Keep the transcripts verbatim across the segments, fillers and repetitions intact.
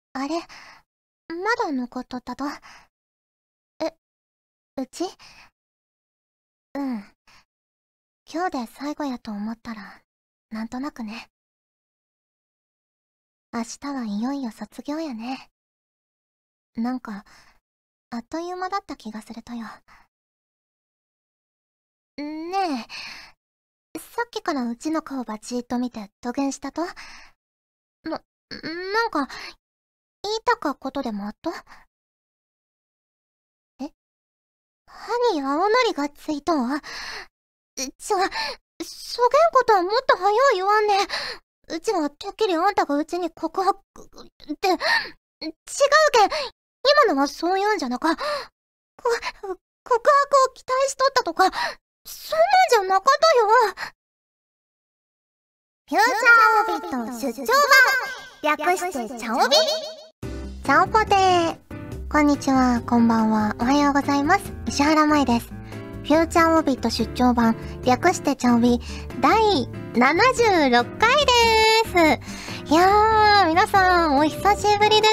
あれ、まだ残っとったと。え、うちうん。今日で最後やと思ったら、なんとなくね。明日はいよいよ卒業やね。なんか、あっという間だった気がするとよ。んねえ、さっきからうちの顔ばじーっと見て土下したと？な、なんか、言いたかことでもあった？え？歯に青のりがついとん？じゃ、そげんことはもっと早い言わんね。うちはてっきりあんたがうちに告白って、違うけん、今のはそういうんじゃなか。こ、告白を期待しとったとか、そんなんじゃなかったよ。フューチャーオビット出張版、略してチャオビ。チャオポテー。こんにちは、こんばんは、おはようございます。石原舞です。フューチャーオビット出張版、略してチャオビ、だいななじゅうろっかいでーす。いやー、皆さん、お久しぶりです。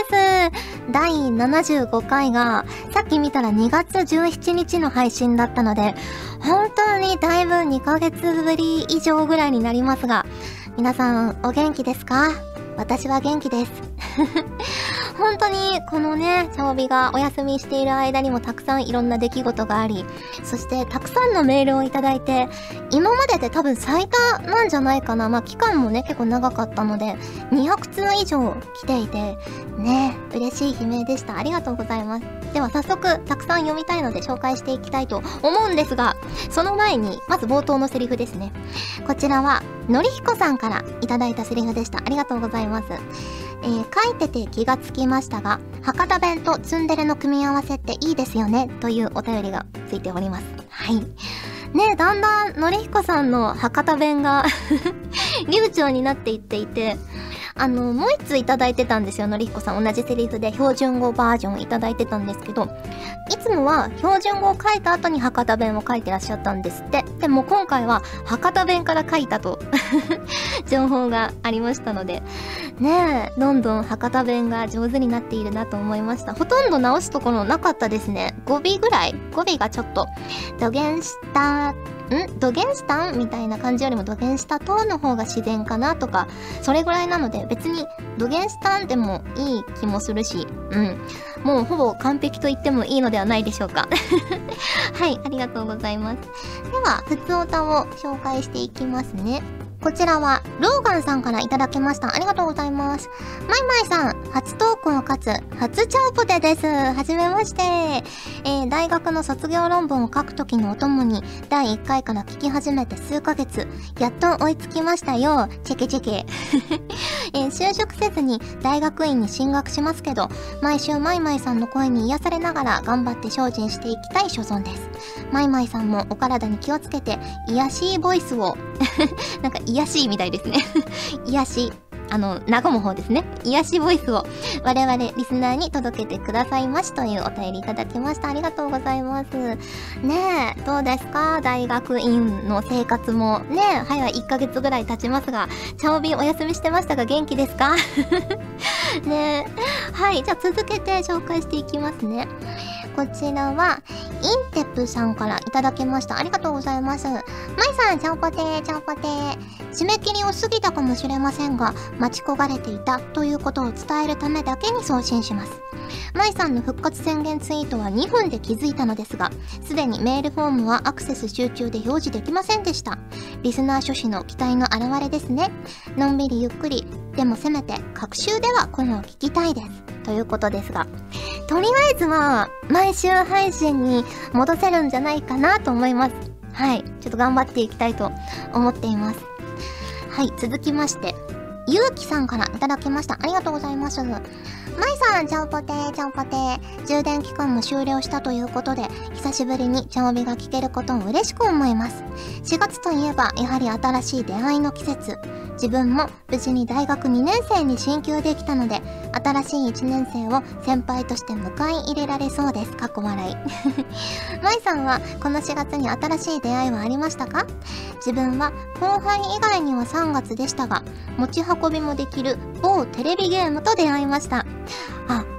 だいななじゅうごかいが、さっき見たらにがつじゅうしちにちの配信だったので、本当にだいぶにかげつぶり以上ぐらいになりますが、皆さん、お元気ですか？私は元気です。本当にこのね、チャオビがお休みしている間にもたくさんいろんな出来事があり、そしてたくさんのメールをいただいて、今までで多分最多なんじゃないかな。まあ期間もね、結構長かったので、にひゃくつう以上来ていて、ね、嬉しい悲鳴でした。ありがとうございます。では早速、たくさん読みたいので紹介していきたいと思うんですが、その前に、まず冒頭のセリフですね。こちらは、のりひこさんからいただいたセリフでした。ありがとうございます。えー、書いてて気がつきましたが、博多弁とツンデレの組み合わせっていいですよね、というお便りがついております。はい。ねえ、だんだんのりひこさんの博多弁が流暢になっていっていて、あの、もう一ついただいてたんですよ、のりひこさん。同じセリフで標準語バージョンいただいてたんですけど、いつもは標準語を書いた後に博多弁を書いてらっしゃったんですって。でも今回は博多弁から書いたと情報がありましたので、ねえ、どんどん博多弁が上手になっているなと思いました。ほとんど直すところなかったですね。語尾ぐらい語尾がちょっと、どげんしたんどげんしたんみたいな感じよりもどげんしたとの方が自然かなとか、それぐらいなので別にどげんしたんでもいい気もするし、うん。もうほぼ完璧と言ってもいいのではないでしょうか。はい、ありがとうございます。では、ふつおたを紹介していきますね。こちらは、ローガンさんからいただきました。ありがとうございます。マイマイさん、初投稿かつ、初チャオポテです。はじめまして。えー、大学の卒業論文を書くときのお供に、だいいっかいから聞き始めて数ヶ月、やっと追いつきましたよ。チェケチェケ。えー、就職せずに大学院に進学しますけど、毎週マイマイさんの声に癒されながら頑張って精進していきたい所存です。マイマイさんもお体に気をつけて、癒しいボイスを、なんか癒しいみたいですね。癒し、あの、和む方ですね。癒しボイスを我々リスナーに届けてくださいましというお便りいただきました。ありがとうございます。ねえ、どうですか？大学院の生活も。ねえ、早いっかげつぐらい経ちますが、チャオビお休みしてましたが元気ですか？ねえ。はい、じゃあ続けて紹介していきますね。こちらは、インテップさんからいただきました。ありがとうございます。マイさん、チャオポテー、チャオポテー。締め切りを過ぎたかもしれませんが、待ち焦がれていたということを伝えるためだけに送信します。マイさんの復活宣言ツイートはにふんで気づいたのですが、すでにメールフォームはアクセス集中で表示できませんでした。リスナー諸子の期待の表れですね。のんびりゆっくり、でもせめて、各週では声を聞きたいです。ということですが、とりあえずは、毎週配信に戻せるんじゃないかなと思います。はい。ちょっと頑張っていきたいと思っています。はい。続きまして、ゆうきさんからいただきました。ありがとうございます。マイさん、チャオポテー、チャオポテー。充電期間も終了したということで、久しぶりにチャオビが聞けることを嬉しく思います。しがつといえば、やはり新しい出会いの季節。自分も無事に大学にねん生に進級できたので、新しいいちねん生を先輩として迎え入れられそうです。かっこ笑い。マイさんはこのしがつに新しい出会いはありましたか？自分は後輩以外にはさんがつでしたが、持ち運びもできる某テレビゲームと出会いました。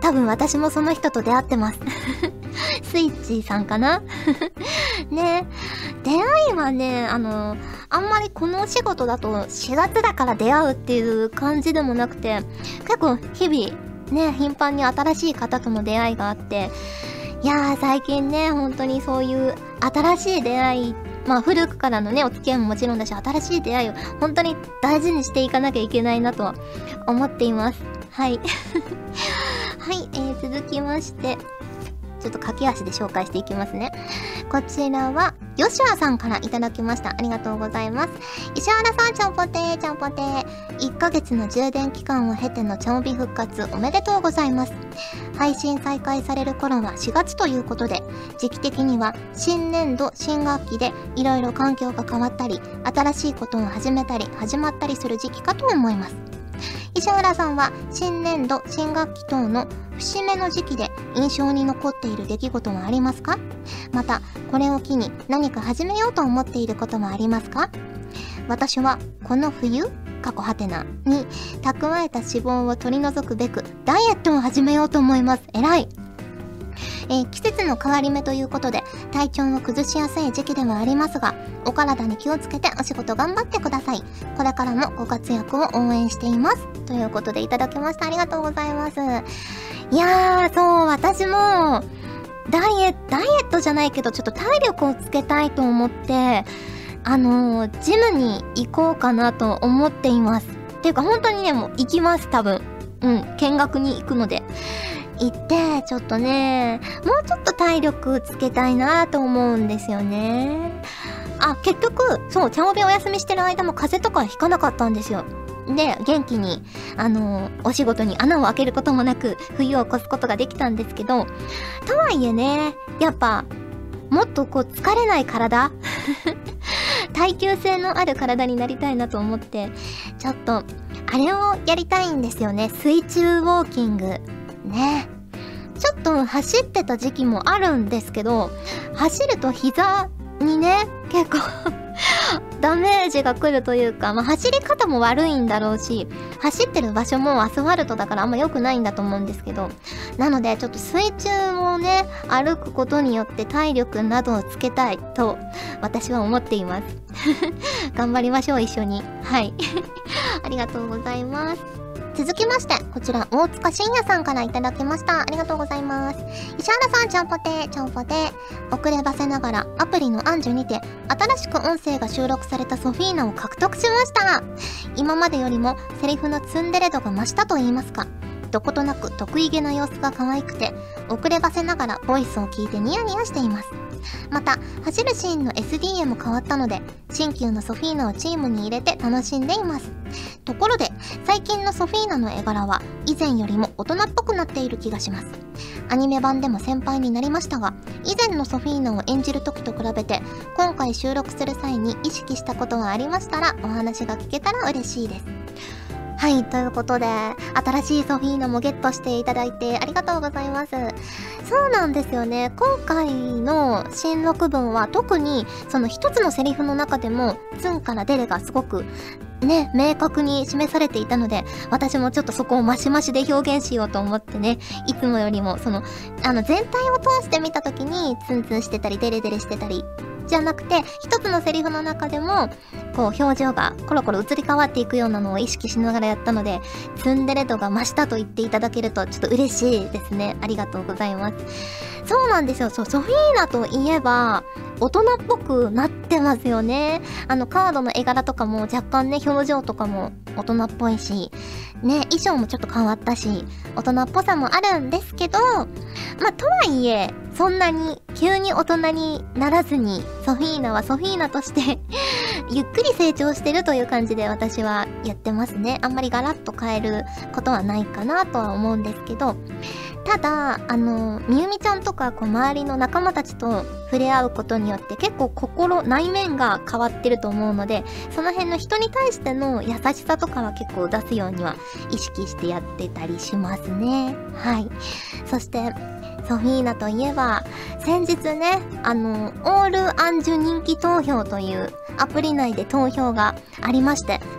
多分私もその人と出会ってます。スイッチーさんかな。ね、出会いはね、あの、あんまりこのお仕事だとしがつだから出会うっていう感じでもなくて、結構日々ね、頻繁に新しい方との出会いがあって、いやー最近ね、本当にそういう新しい出会い、まあ古くからのね、お付き合いももちろんだし、新しい出会いを本当に大事にしていかなきゃいけないなとは思っています。はい。はい、えー、続きまして、ちょっと駆け足で紹介していきますね。こちらは、ヨシュアさんからいただきました。ありがとうございます。石原さん、ちゃんぽてー、ちゃんぽてー。いっかげつの充電期間を経てのチャオビ復活おめでとうございます。配信再開される頃はしがつということで、時期的には新年度、新学期でいろいろ環境が変わったり、新しいことを始めたり、始まったりする時期かと思います。石原さんは新年度、新学期等の節目の時期で印象に残っている出来事はありますか？また、これを機に何か始めようと思っていることはありますか？私はこの冬、過去はてなに蓄えた脂肪を取り除くべくダイエットを始めようと思います。えらい。えー、季節の変わり目ということで体調を崩しやすい時期ではありますが、お体に気をつけてお仕事頑張ってください。これからもご活躍を応援しています。ということでいただきました。ありがとうございます。いやー、そう、私もダイエット、ダイエットじゃないけどちょっと体力をつけたいと思って、あのー、ジムに行こうかなと思っています。っていうか本当にね、もう行きます、多分。うん、見学に行くので。行って、ちょっとね、もうちょっと体力つけたいなと思うんですよね。あ、結局、そう、チャオベお休みしてる間も風邪とかひかなかったんですよ。で、元気に、あのー、お仕事に穴を開けることもなく、冬を越すことができたんですけど、とはいえね、やっぱ、もっとこう、疲れない体耐久性のある体になりたいなと思って、ちょっと、あれをやりたいんですよね。水中ウォーキング。ね。ちょっと走ってた時期もあるんですけど、走ると膝にね、結構ダメージが来るというか、まあ、走り方も悪いんだろうし、走ってる場所もアスファルトだからあんま良くないんだと思うんですけど、なのでちょっと水中をね、歩くことによって体力などをつけたいと私は思っています。頑張りましょう、一緒に。はい。ありがとうございます。続きまして、こちら、大塚信也さんからいただきました。ありがとうございます。石原さん、ちゃんぽてー、ちゃんぽてー。遅ればせながら、アプリのアンジュにて、新しく音声が収録されたソフィーナを獲得しました。今までよりも、セリフのツンデレ度が増したと言いますか。どことなく得意げな様子が可愛くて、遅ればせながらボイスを聞いてニヤニヤしています。また、走るシーンの エスディー へも変わったので、新旧のソフィーナをチームに入れて楽しんでいます。ところで、最近のソフィーナの絵柄は以前よりも大人っぽくなっている気がします。アニメ版でも先輩になりましたが、以前のソフィーナを演じる時と比べて、今回収録する際に意識したことがありましたら、お話が聞けたら嬉しいです。はい、ということで、新しいソフィーナもゲットしていただいてありがとうございます。そうなんですよね。今回の新録文は特にその一つのセリフの中でもツンからデレがすごくね、明確に示されていたので、私もちょっとそこをマシマシで表現しようと思ってね、いつもよりもその、あの全体を通して見た時にツンツンしてたりデレデレしてたり、じゃなくて、一つのセリフの中でも、こう表情がコロコロ移り変わっていくようなのを意識しながらやったので、ツンデレ度が増したと言っていただけるとちょっと嬉しいですね。ありがとうございます。そうなんですよ。そう、ソフィーナといえば、大人っぽくなってますよね。あの、カードの絵柄とかも若干ね、表情とかも大人っぽいし、ね、衣装もちょっと変わったし、大人っぽさもあるんですけど、まあ、とはいえ、そんなに急に大人にならずに、ソフィーナはソフィーナとしてゆっくり成長してるという感じで私はやってますね。あんまりガラッと変えることはないかなとは思うんですけど、ただ、あの、みゆみちゃんとかこう周りの仲間たちと触れ合うことによって結構心、内面が変わってると思うので、その辺の人に対しての優しさとかは結構出すようには意識してやってたりしますね。はい。そして、ソフィーナといえば、先日ね、あの、オールアンジュ人気投票というアプリ内で投票がありまして、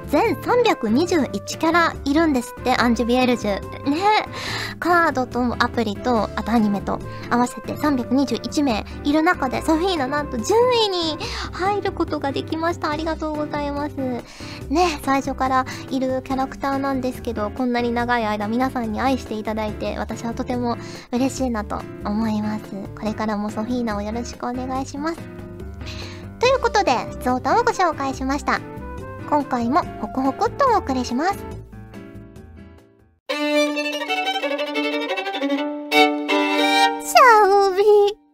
全さんびゃくにじゅういちキャラいるんですって、アンジュビエルジュ。ね。カードとアプリと、あとアニメと合わせてさんびゃくにじゅういちめいいる中で、ソフィーナなんとじゅういに入ることができました。ありがとうございます。ね、最初からいるキャラクターなんですけど、こんなに長い間皆さんに愛していただいて、私はとても嬉しいなと思います。これからもソフィーナをよろしくお願いします。ということで、ふつおたをご紹介しました。今回もホクホクっとお送りします。シャオビ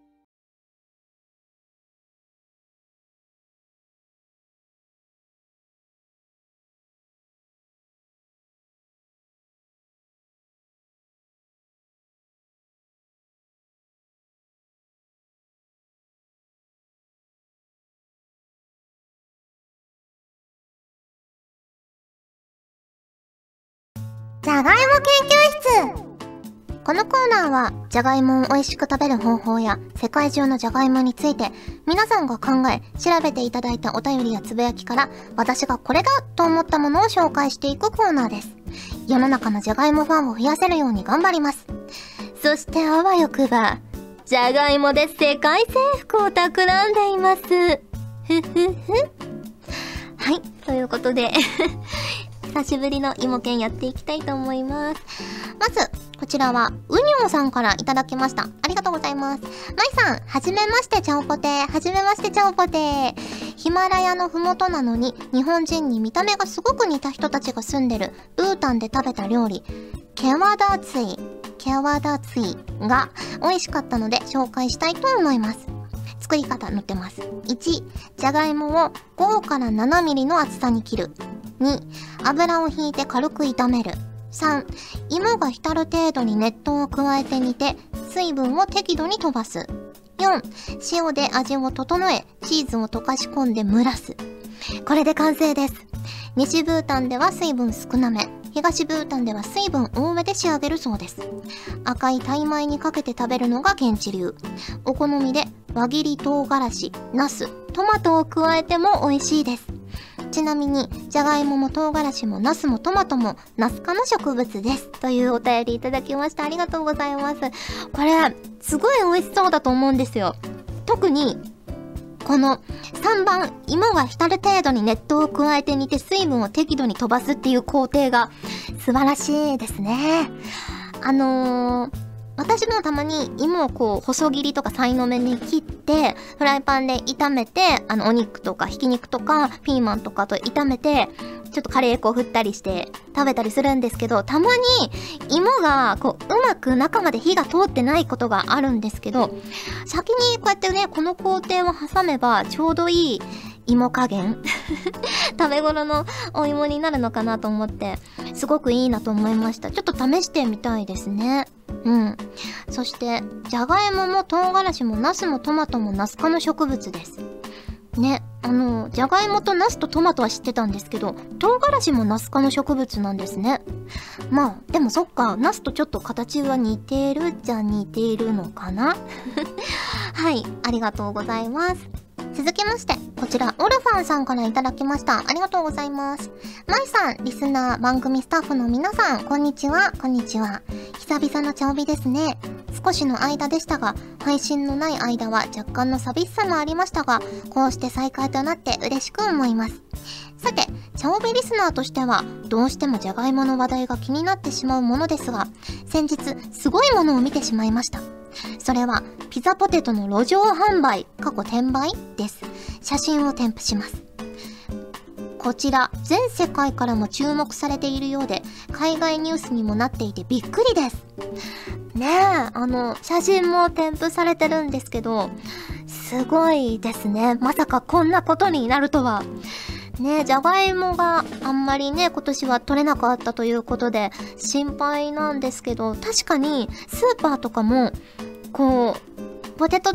じゃがいも研究室。このコーナーは、じゃがいもを美味しく食べる方法や、世界中のじゃがいもについて、皆さんが考え、調べていただいたお便りやつぶやきから、私がこれだと思ったものを紹介していくコーナーです。世の中のじゃがいもファンを増やせるように頑張ります。そしてあわよくば、じゃがいもで世界征服を企んでいます。ふふふ。はい、ということで、久しぶりの芋けんやっていきたいと思います。まず、こちらは、うにょうさんからいただきました。ありがとうございます。まいさん、はじめましてちゃおぽてー。はじめましてちゃおぽてー。ヒマラヤのふもとなのに、日本人に見た目がすごく似た人たちが住んでる、ブータンで食べた料理、ケワダツイ、ケワダツイが美味しかったので紹介したいと思います。作り方載ってます。いち、じゃがいもをごからななミリの厚さに切る。に、油をひいて軽く炒める。さん、芋が浸る程度に熱湯を加えて煮て、水分を適度に飛ばす。よん、塩で味を整え、チーズを溶かし込んで蒸らす。これで完成です。西ブータンでは水分少なめ、東ブータンでは水分多めで仕上げるそうです。赤いタイ米にかけて食べるのが現地流。お好みで輪切り唐辛子、ナス、トマトを加えても美味しいです。ちなみに、じゃがいもも唐辛子もナスもトマトもナス科の植物です。というお便りいただきました。ありがとうございます。これ、すごい美味しそうだと思うんですよ。特に、このさんばん、芋が浸る程度に熱湯を加えて煮て水分を適度に飛ばすっていう工程が素晴らしいですね。あのー、私もたまに芋をこう細切りとかさいの目に切ってフライパンで炒めて、あのお肉とかひき肉とかピーマンとかと炒めてちょっとカレー粉を振ったりして食べたりするんですけど、たまに芋がこううまく中まで火が通ってないことがあるんですけど、先にこうやってねこの工程を挟めばちょうどいい芋加減食べ頃のお芋になるのかなと思ってすごくいいなと思いました。ちょっと試してみたいですね。うん。そしてじゃがいもも唐辛子もナスもトマトもナス科の植物ですね。あのじゃがいもとナスとトマトは知ってたんですけど、唐辛子もナス科の植物なんですね。まあでもそっか、ナスとちょっと形は似てるじゃ似ているのかなはい、ありがとうございます。続きまして、こちら、オルファンさんからいただきました。ありがとうございます。まいさん、リスナー、番組スタッフの皆さん、こんにちは、こんにちは。久々の茶帯ですね。少しの間でしたが、配信のない間は若干の寂しさもありましたが、こうして再開となって嬉しく思います。さて、茶帯リスナーとしては、どうしてもじゃがいもの話題が気になってしまうものですが、先日、すごいものを見てしまいました。それは、ピザポテトの路上販売、過去転売です。写真を添付します。こちら、全世界からも注目されているようで、海外ニュースにもなっていてびっくりです。ねえ、あの、写真も添付されてるんですけど、すごいですね。まさかこんなことになるとは。ねえ、じゃがいもがあんまりね、今年は取れなかったということで、心配なんですけど、確かにスーパーとかも、こう、ポテトチッ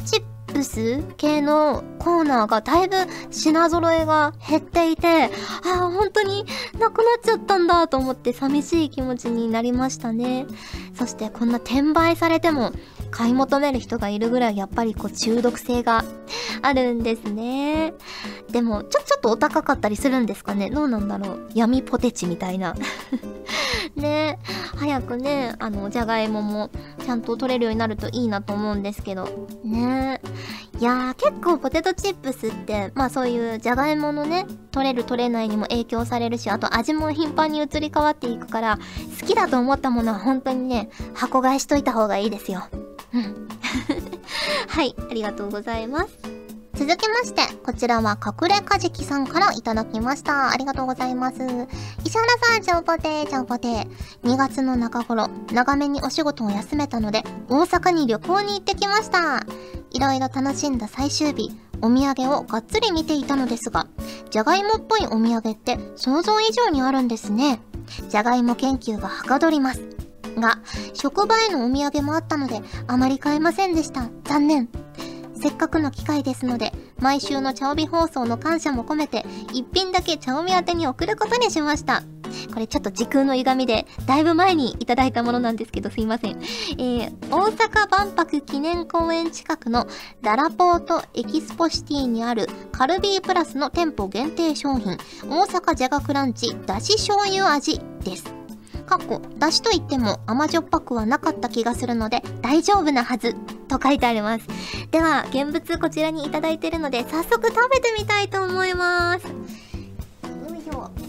プス系のコーナーがだいぶ品揃えが減っていて、ああ、本当になくなっちゃったんだと思って寂しい気持ちになりましたね。そしてこんな転売されても買い求める人がいるぐらいやっぱりこう中毒性があるんですね。でもちょちょっとお高かったりするんですかね。どうなんだろう。闇ポテチみたいなね、早くね、あのじゃがいももちゃんと取れるようになるといいなと思うんですけどね。いやー、結構ポテトチップスってまあそういうじゃがいものね取れる取れないにも影響されるし、あと味も頻繁に移り変わっていくから、好きだと思ったものは本当にね箱買いしといた方がいいですよ。うんはい、ありがとうございます。続きまして、こちらは隠れかじきさんからいただきました。ありがとうございます。石原さん、ちゃんぽてー、ちゃんぽてー。にがつの中頃、長めにお仕事を休めたので、大阪に旅行に行ってきました。いろいろ楽しんだ最終日、お土産をがっつり見ていたのですが、じゃがいもっぽいお土産って想像以上にあるんですね。じゃがいも研究がはかどります。が、職場へのお土産もあったので、あまり買えませんでした。残念。せっかくの機会ですので、毎週のチャオビ放送の感謝も込めて、一品だけチャオミ宛てに送ることにしました。これちょっと時空の歪みで、だいぶ前にいただいたものなんですけど、すいません。えー、大阪万博記念公園近くのララポートエキスポシティにあるカルビープラスの店舗限定商品、大阪じゃがクランチだし醤油味です。かっこ、だしといっても甘じょっぱくはなかった気がするので大丈夫なはずと書いてあります。では、現物こちらにいただいているので早速食べてみたいと思います。よいしょ。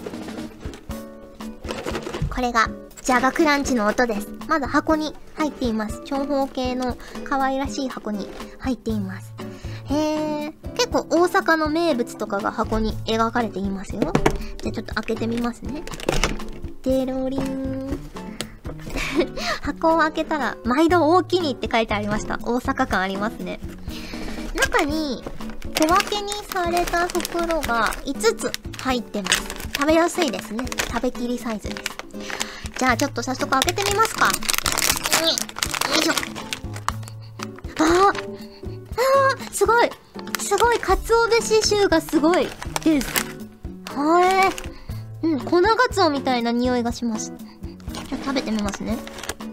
これがじゃがクランチの音です。まだ箱に入っています。長方形の可愛らしい箱に入っています。へー、結構大阪の名物とかが箱に描かれていますよ。じゃあちょっと開けてみますね。デロリン箱を開けたら毎度大きにって書いてありました。大阪感ありますね。中に小分けにされた袋がいつつ入ってます。食べやすいですね。食べきりサイズです。じゃあちょっと早速開けてみますか。よいしょ。あーあー、すごいすごい、かつお節臭がすごいです。はーうん、粉ガツオみたいな匂いがします。じゃあ食べてみますね。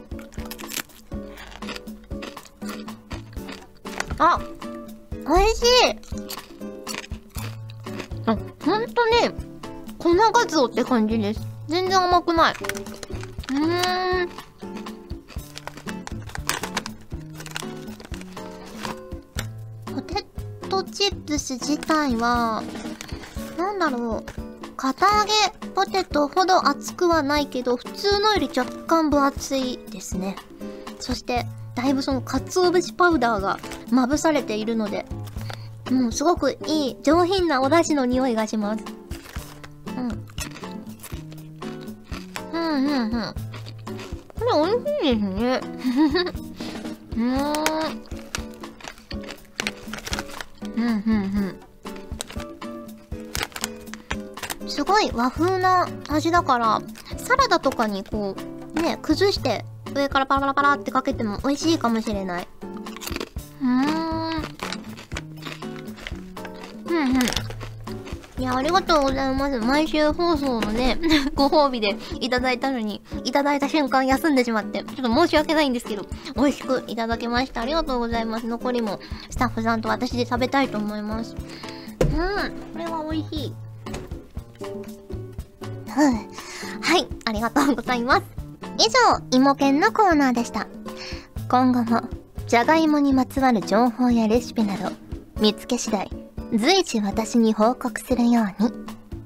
あ、美味しい。あ、ほんとね、粉ガツオって感じです。全然甘くない。うーん。ポテトチップス自体は、なんだろう。片揚げポテトほど厚くはないけど、普通のより若干分厚いですね。そして、だいぶその鰹節パウダーがまぶされているので、もうすごくいい、上品なお出汁の匂いがします。うん。うんうんうん。これ美味しいですね。うーん。うんうんうん。すごい和風な味だから、サラダとかにこう、ね、崩して上からパラパラパラってかけても美味しいかもしれない。うーん。うんうん。いや、ありがとうございます。毎週放送のね、ご褒美でいただいたのに、いただいた瞬間休んでしまって、ちょっと申し訳ないんですけど、美味しくいただきました。ありがとうございます。残りもスタッフさんと私で食べたいと思います。うん、これは美味しい。はい、ありがとうございます。以上、芋けんのコーナーでした。今後も、じゃがいもにまつわる情報やレシピなど、見つけ次第、随時私に報告するように。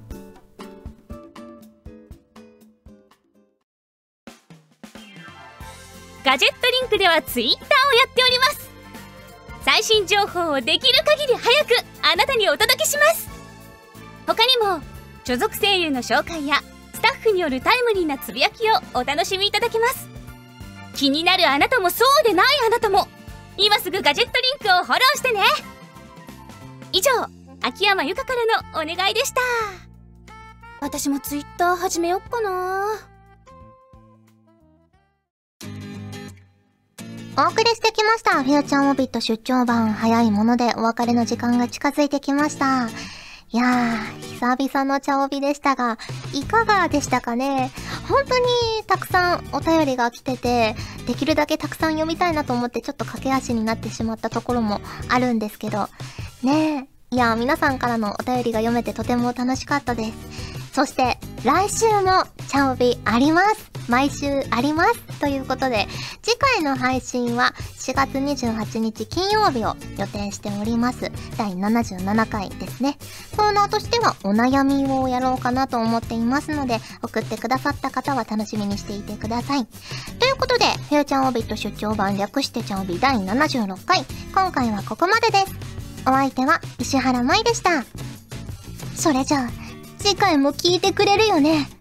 ガジェットリンクではツイッターをやっております。最新情報をできる限り早くあなたにお届けします。他にも、所属声優の紹介やスタッフによるタイムリーなつぶやきをお楽しみいただけます。気になるあなたもそうでないあなたも今すぐガジェットリンクをフォローしてね。以上、秋山由佳からのお願いでした。私もツイッター始めよっかな。 お送りしてきました。フューチャーオービット出張版。早いものでお別れの時間が近づいてきました。いやー、久々の茶帯でしたが、いかがでしたかね。本当にたくさんお便りが来てて、できるだけたくさん読みたいなと思ってちょっと駆け足になってしまったところもあるんですけど、ねえ。いやー、皆さんからのお便りが読めてとても楽しかったです。そして、来週も茶帯あります。毎週あります。ということで、次回の配信はしがつにじゅうはちにち金曜日を予定しております。だいななじゅうななかいですね。コーナーとしてはお悩みをやろうかなと思っていますので、送ってくださった方は楽しみにしていてください。ということで、フューチャーオービット出張版略して茶帯だいななじゅうろっかい。今回はここまでです。お相手は石原舞でした。それじゃあ、次回も聞いてくれるよね。よね。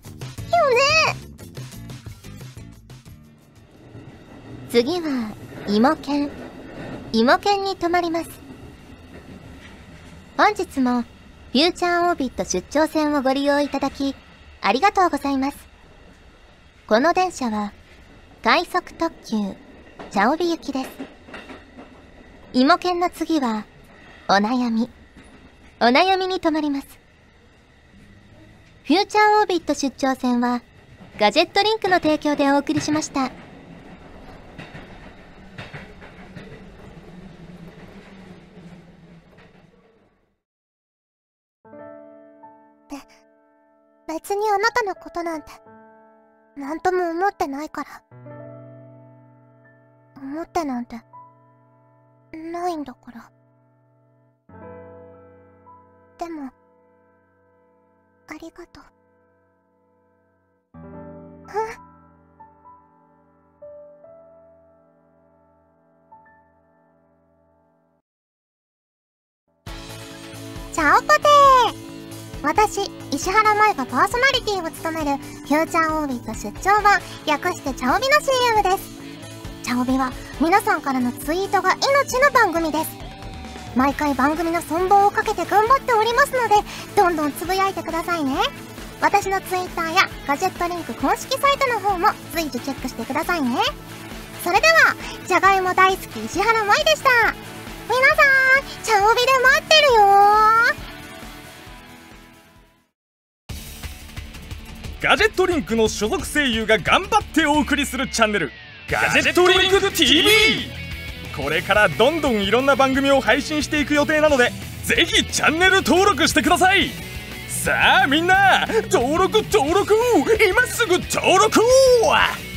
次は、芋犬。芋犬に泊まります。本日も、フューチャーオービット出張船をご利用いただき、ありがとうございます。この電車は、快速特急、茶帯行きです。芋犬の次は、お悩み。お悩みに泊まります。フューチャーオービット出張船は、ガジェットリンクの提供でお送りしました。べ、別にあなたのことなんて、なんとも思ってないから。思ってなんて、ないんだから。でも、ありがとう。うん。チャオポテー。私、石原舞がパーソナリティを務めるフューチャーオービット出張版、略してチャオビの シーエム です。チャオビは皆さんからのツイートが命の番組です。毎回番組の存亡をかけて頑張っておりますので、どんどんつぶやいてくださいね。私のツイッターやガジェットリンク公式サイトの方も随時チェックしてくださいね。それでは、じゃがいも大好き石原舞でした。皆さん、茶帯で待ってるよー。ガジェットリンクの所属声優が頑張ってお送りするチャンネル、ガジェットリンク ティーブイ。これからどんどんいろんな番組を配信していく予定なので、ぜひチャンネル登録してください。さあみんな、登録登録、今すぐ登録。